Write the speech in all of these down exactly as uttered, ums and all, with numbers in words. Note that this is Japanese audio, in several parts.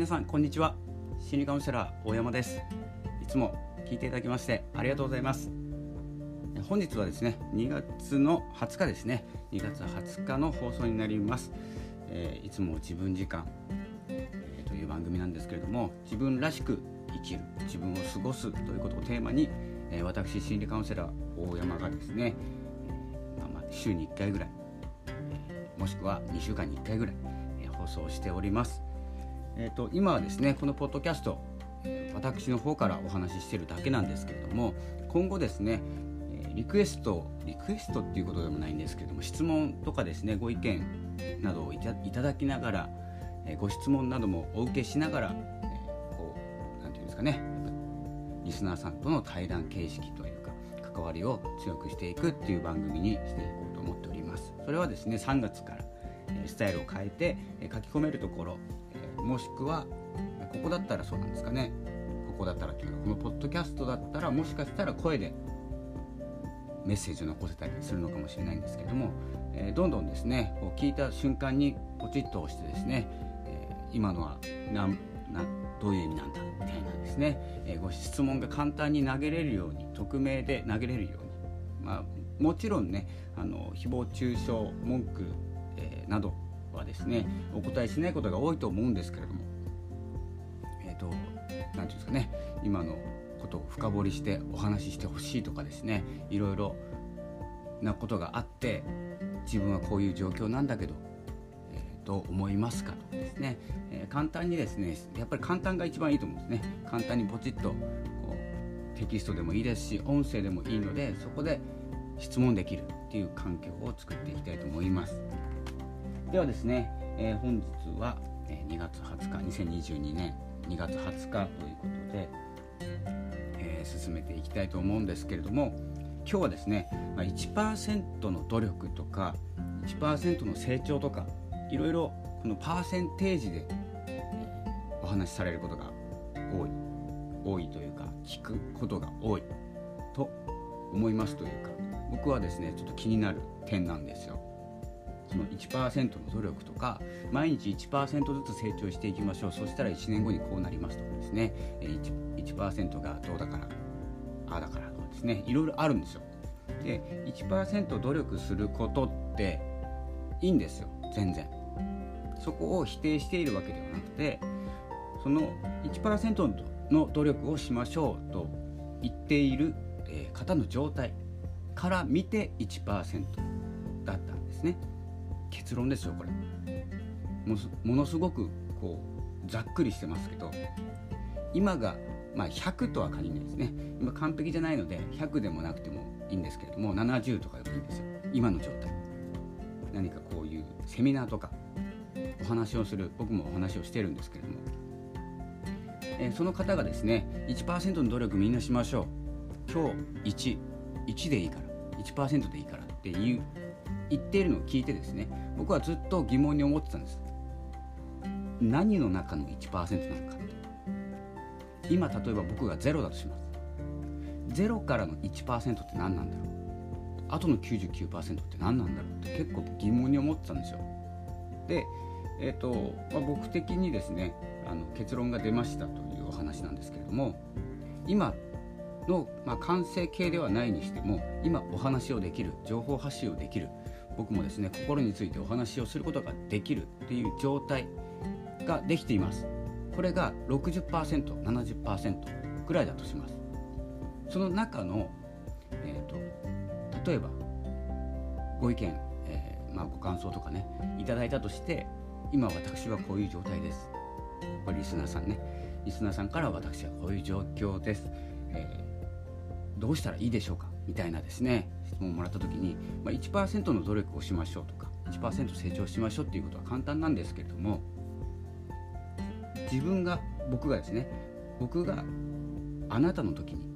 皆さんこんにちは。心理カウンセラー大山です。いつも聞いていただきましてありがとうございます。本日はですねにがつのはつかですねにがつはつかの放送になります。えー、いつも自分時間、えー、という番組なんですけれども、自分らしく生きる、自分を過ごすということをテーマに、えー、私心理カウンセラー大山がですね、えーまあ、まあ週にいっかいぐらい、えー、もしくはにしゅうかんにいっかいぐらい、えー、放送しております。えー、と今はですねこのポッドキャスト、えー、私の方からお話ししているだけなんですけれども、今後ですねリクエストリクエストっていうことでもないんですけれども、質問とかですねご意見などをい た, いただきながら、えー、ご質問などもお受けしながら、えー、こうなんていうんですかね、リスナーさんとの対談形式というか関わりを強くしていくっていう番組にしていこうと思っております。それはですねさんがつから、えー、スタイルを変えて、えー、書き込めるところ、えー、もしくはここだったらそうなんですかねここだったらというかこのポッドキャストだったらもしかしたら声でメッセージを残せたりするのかもしれないんですけども、えー、どんどんですねこう聞いた瞬間にポチッと押してですね、えー、今のはななどういう意味なんだみたいなですね、えー、ご質問が簡単に投げれるように、匿名で投げれるように、まあ、もちろんねあの誹謗中傷文句、えー、などはですねお答えしないことが多いと思うんですけれども、えっとなんていうんですかね、今のことを深掘りしてお話ししてほしいとかですね、いろいろなことがあって自分はこういう状況なんだけど、えー、どう思いますかとかですね、えー、簡単にですねやっぱり簡単が一番いいと思うんですね。簡単にポチッとこうテキストでもいいですし音声でもいいので、そこで質問できるっていう環境を作っていきたいと思います。ではですね、えー、本日はにがつはつかにせんにじゅうにねんにがつはつかということで進めていきたいと思うんですけれども、今日はですね いちパーセント の努力とか いちパーセント の成長とかいろいろこのパーセンテージでお話しされることが多い多いというか聞くことが多いと思いますというか、僕はですねちょっと気になる点なんですよ。その いちパーセント の努力とか毎日 いちパーセント ずつ成長していきましょう、そしたらいちねんごにこうなりますとかですね、 1, いちパーセント がどうだからああだからとかですね、いろいろあるんですよ。で いちパーセント 努力することっていいんですよ、全然。そこを否定しているわけではなくて、その いちパーセント の努力をしましょうと言っている、えー、方の状態から見て いちパーセント だったんですね。結論ですよこれ。 も, ものすごくこうざっくりしてますけど、今が、まあ、ひゃくとは限らないですね。今完璧じゃないのでひゃくでもなくてもいいんですけれども、ななじゅうとかでもいいんですよ、今の状態。何かこういうセミナーとかお話をする、僕もお話をしてるんですけれども、えー、その方がですね いちパーセント の努力みんなしましょう、今日いち、いちでいいから いちパーセント でいいからっていう言っているのを聞いてですね、僕はずっと疑問に思ってたんです。何の中の いちパーセント なのかって。今例えば僕がゼロだとします。ゼロからの いちパーセント って何なんだろう、あとの きゅうじゅうきゅうパーセント って何なんだろうって結構疑問に思ってたんですよ。で、えーとまあ、僕的にですねあの結論が出ましたというお話なんですけれども、今の、まあ、完成形ではないにしても今お話をできる、情報発信をできる、僕もですね心についてお話をすることができるっていう状態ができています。これが ろくじゅっパーセント、ななじゅっパーセント ぐらいだとします。その中の、えーと、例えばご意見、えーまあ、ご感想とかねいただいたとして、今私はこういう状態です、これリスナーさんねリスナーさんから私はこういう状況です、えー、どうしたらいいでしょうかみたいなですね質問をもらった時に、まあ、いちパーセント の努力をしましょうとか いちパーセント 成長しましょうっていうことは簡単なんですけれども、自分が僕がですね僕があなたの時に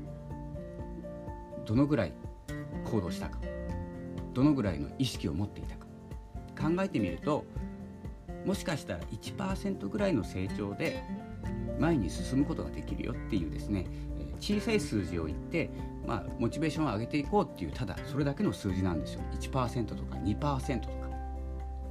どのぐらい行動したか、どのぐらいの意識を持っていたか考えてみると、もしかしたら いちパーセント ぐらいの成長で前に進むことができるよっていうですね、小さい数字を言って、まあ、モチベーションを上げていこうっていう、ただそれだけの数字なんですよ。 いちパーセント とか にパーセント とか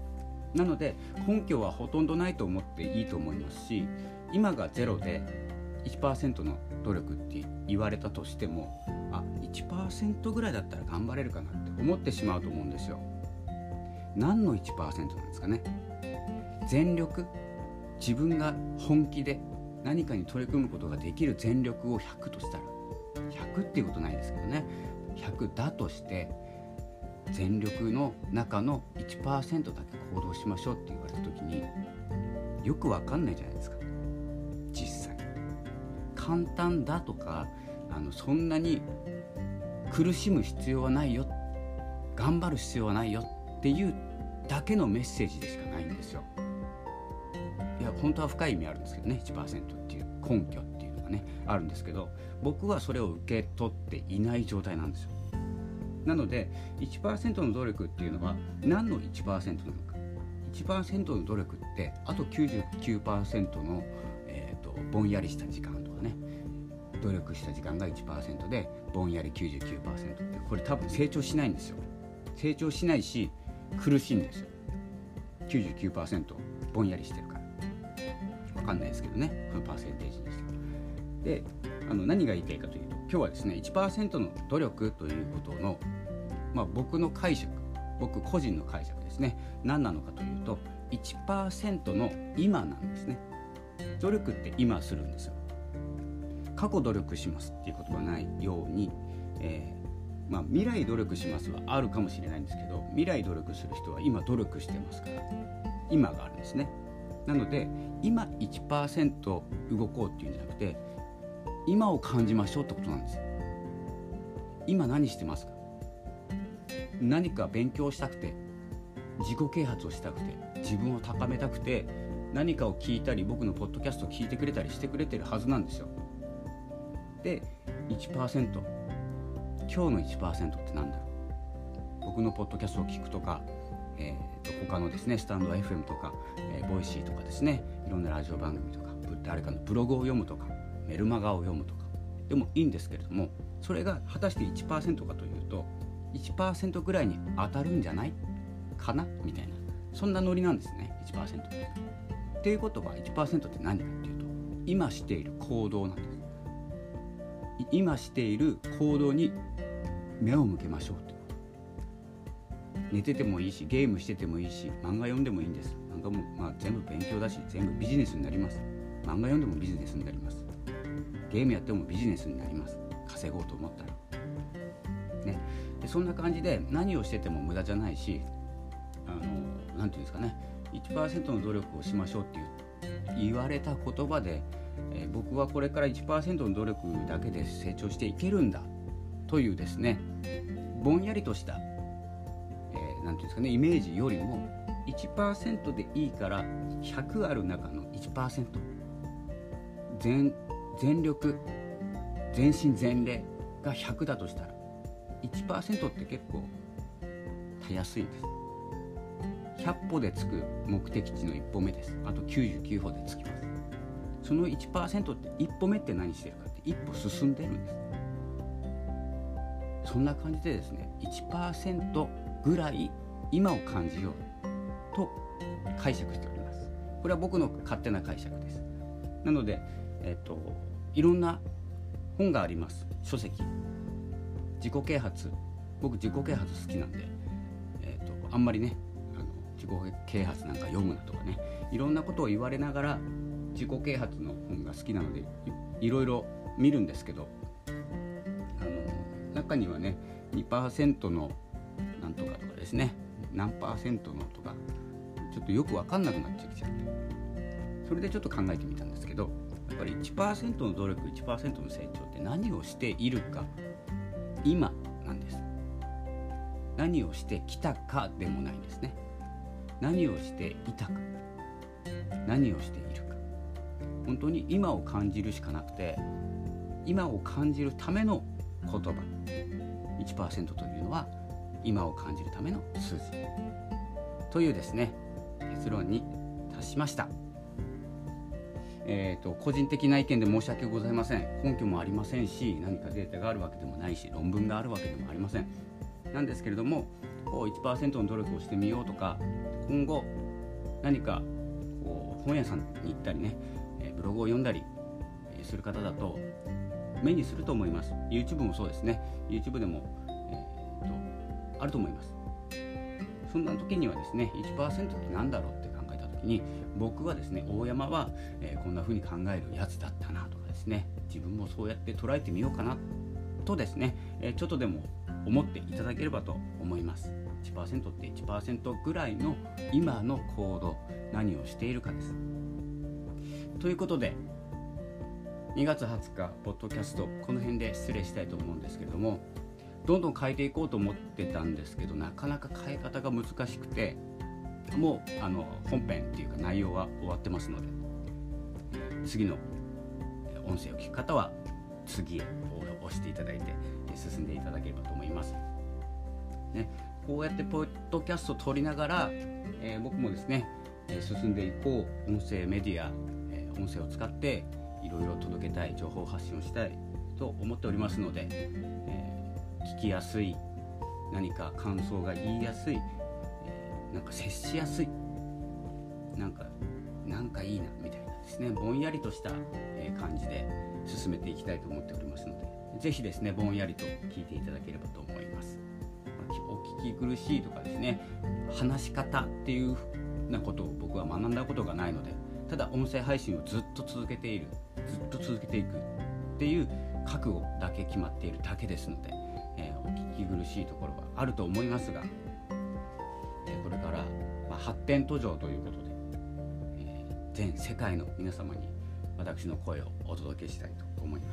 なので根拠はほとんどないと思っていいと思いますし、今がゼロで いちパーセント の努力って言われたとしても、あ いちパーセント ぐらいだったら頑張れるかなって思ってしまうと思うんですよ。何の いちパーセント なんですかね。全力、自分が本気で何かに取り組むことができる全力をひゃくとしたら、ひゃくっていうことないですけどね、ひゃくだとして全力の中の いちパーセント だけ行動しましょうって言われた時によくわかんないじゃないですか。実際簡単だとか、あのそんなに苦しむ必要はないよ、頑張る必要はないよっていうだけのメッセージでしかないんですよ。いや本当は深い意味あるんですけどね、 いちパーセント っていう根拠っていうのがねあるんですけど、僕はそれを受け取っていない状態なんですよ。なので いちパーセント の努力っていうのは何の いちパーセント なのか。 いちパーセント の努力ってあと きゅうじゅうきゅうパーセント の、えーと、ぼんやりした時間とかね、努力した時間が いちパーセント でぼんやり きゅうじゅうきゅうパーセント ってこれ多分成長しないんですよ。成長しないし苦しいんですよ。 きゅうじゅうきゅうパーセント ぼんやりしてるから分かんないですけどね、このパーセンテージにしては。で、あの何が言いたいかというと、今日はですね いちパーセント の努力ということの、まあ、僕の解釈、僕個人の解釈ですね、何なのかというと いちパーセント の今なんですね。努力って今するんですよ。過去努力しますっていうことがないように、えーまあ、未来努力しますはあるかもしれないんですけど、未来努力する人は今努力してますから今があるんですね。なので今 いちパーセント 動こうっていうんじゃなくて、今を感じましょうってことなんです。今何してますか。何か勉強したくて、自己啓発をしたくて、自分を高めたくて、何かを聞いたり僕のポッドキャストを聞いてくれたりしてくれてるはずなんですよ。で いちパーセント、 今日の いちパーセント って何だろう。僕のポッドキャストを聞くとか、えー、と他のですねスタンド エフエム とか、えー、ボイシーとかですね、いろんなラジオ番組とか、誰かのブログを読むとか、メルマガを読むとかでもいいんですけれども、それが果たして いちパーセント かというと いちパーセント ぐらいに当たるんじゃないかなみたいな、そんなノリなんですね いちパーセント っていうことは いちパーセント って何かっていうと、今している行動なんです。今している行動に目を向けましょうってこと。寝ててもいいし、ゲームしててもいいし、漫画読んでもいいんです。漫画も、まあ、全部勉強だし、全部ビジネスになります。漫画読んでもビジネスになります。ゲームやってもビジネスになります。稼ごうと思ったら、ね、でそんな感じで何をしてても無駄じゃないし、あのなんていうんですかね、いちパーセント の努力をしましょうっていう言われた言葉で、えー、僕はこれから いちパーセント の努力だけで成長していけるんだというですね、ぼんやりとした、えー、なんていうんですかね、イメージよりも いちパーセント でいいからひゃくある中の いちパーセント、 全, 全力全身全霊がひゃくだとしたら いちパーセント って結構たやすいんです。ひゃっぽでつく目的地のいっぽめです。あときゅうじゅうきゅうほでつきます。その いちパーセント っていっぽめって何してるかって一歩進んでるんです。そんな感じでですね いちパーセント ぐらい今を感じようと解釈しております。これは僕の勝手な解釈です。なので、えっと、いろんな本があります。書籍、自己啓発、僕自己啓発好きなんで、えっと、あんまりね自己啓発なんか読むなとかね、いろんなことを言われながら自己啓発の本が好きなので い, いろいろ見るんですけど、あの中にはね にパーセント のなんとかとかですね、何パーセントのとかちょっとよく分かんなくなっちゃって、それでちょっと考えてみたんですけど、やっぱり いちパーセント の努力 いちパーセント の成長って何をしているか、今なんです。何をしてきたかでもないんですね。何をしていたか、何をしているか、本当に今を感じるしかなくて、今を感じるための言葉 いちパーセント というのは今を感じるための数字というですね結論に達しました。えーと、個人的な意見で申し訳ございません。根拠もありませんし、何かデータがあるわけでもないし、論文があるわけでもありません。なんですけれども、いちパーセント の努力をしてみようとか、今後何かこう本屋さんに行ったりね、えー、ブログを読んだりする方だと目にすると思います。 YouTube もそうですね。 YouTube でも、えー、とあると思います。そんな時にはですね いちパーセント って何だろうって考えた時に、僕はですね大山は、えー、こんな風に考えるやつだったなとかですね、自分もそうやって捉えてみようかなとですね、えー、ちょっとでも思っていただければと思います。 いちパーセント って いちパーセント ぐらいの今の行動、何をしているかです。ということでにがつはつかポッドキャストこの辺で失礼したいと思うんですけれども、どんどん変えていこうと思ってたんですけど、なかなか変え方が難しくて、もうあの本編っていうか内容は終わってますので、次の音声を聞く方は次へ押していただいて進んでいただければと思います、ね、こうやってポッドキャストを撮りながら、えー、僕もですね進んでいこう、音声メディア、えー、音声を使っていろいろ届けたい、情報発信をしたいと思っておりますので、えー、聞きやすい、何か感想が言いやすい、えー、なんか接しやすい、なんかなんかいいなみたいなですね、ぼんやりとした感じで進めていきたいと思っておりますので、ぜひですねぼんやりと聞いていただければと思います。お聞き苦しいとかですね、話し方っていうなことを僕は学んだことがないので、ただ音声配信をずっと続けている、ずっと続けていくっていう覚悟だけ決まっているだけですので、えー、お聞き苦しいところはあると思いますが、えー、これから、まあ、発展途上ということで、えー、全世界の皆様に私の声をお届けしたいと思います。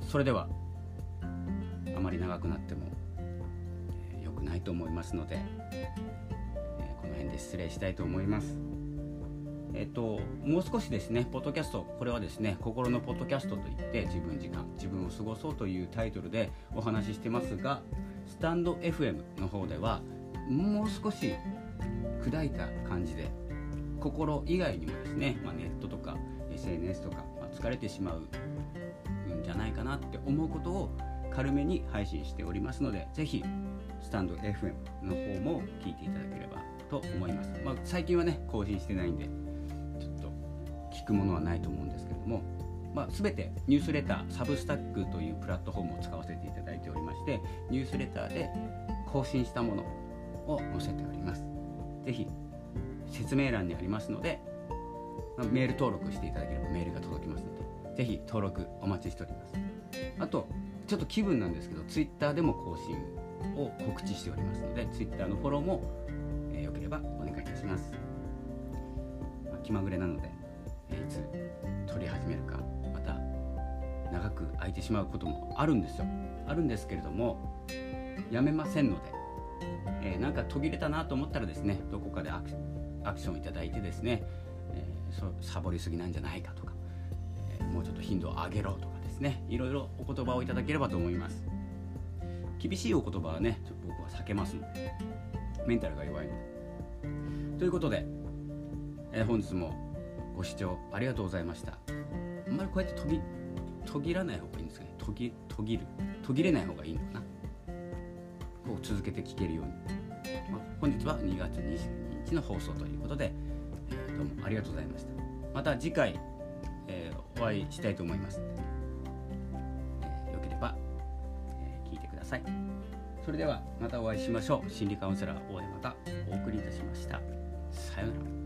それではあまり長くなっても、えー、良くないと思いますので、えー、この辺で失礼したいと思います。えっと、もう少しですねポッドキャスト、これはですね心のポッドキャストといって、自分時間自分を過ごそうというタイトルでお話ししてますが、スタンド エフエム の方ではもう少し砕いた感じで、心以外にもですね、まあ、ネットとか エスエヌエス とか、まあ、疲れてしまうんじゃないかなって思うことを軽めに配信しておりますので、ぜひスタンド エフエム の方も聞いていただければと思います。まあ、最近はね更新してないんでちょっと聞くものはないと思うんですけれども、まあ、全てニュースレター、サブスタックというプラットフォームを使わせていただいておりまして、ニュースレターで更新したものを載せております。ぜひ説明欄にありますので、まあ、メール登録していただければメールが届きますので、ぜひ登録お待ちしております。あとちょっと気分なんですけど、ツイッターでも更新を告知しておりますので、ツイッターのフォローも、えー、よければお願いいたします。まあ、気まぐれなので、えー、いつ撮り始めるか、また長く空いてしまうこともあるんですよ。あるんですけれどもやめませんので、えー、なんか途切れたなと思ったらですね、どこかでアクション、アクションいただいてですね、えー、そサボりすぎなんじゃないかとか、えー、もうちょっと頻度を上げろとかですね、いろいろお言葉をいただければと思います。厳しいお言葉はねちょっと僕は避けますので、メンタルが弱いので。ということで、えー、本日もご視聴ありがとうございました。あんまりこうやって途切途切らない方がいいんですかね。途切途切る途切れない方がいいのかな。こう続けて聞けるように、まあ、本日はにがつにじゅうににちの放送ということで、えー、どうもありがとうございました。また次回、えー、お会いしたいと思いますので、えー、よければ、えー、聞いてください。それではまたお会いしましょう。心理カウンセラー大山がお送りいたしました。さようなら。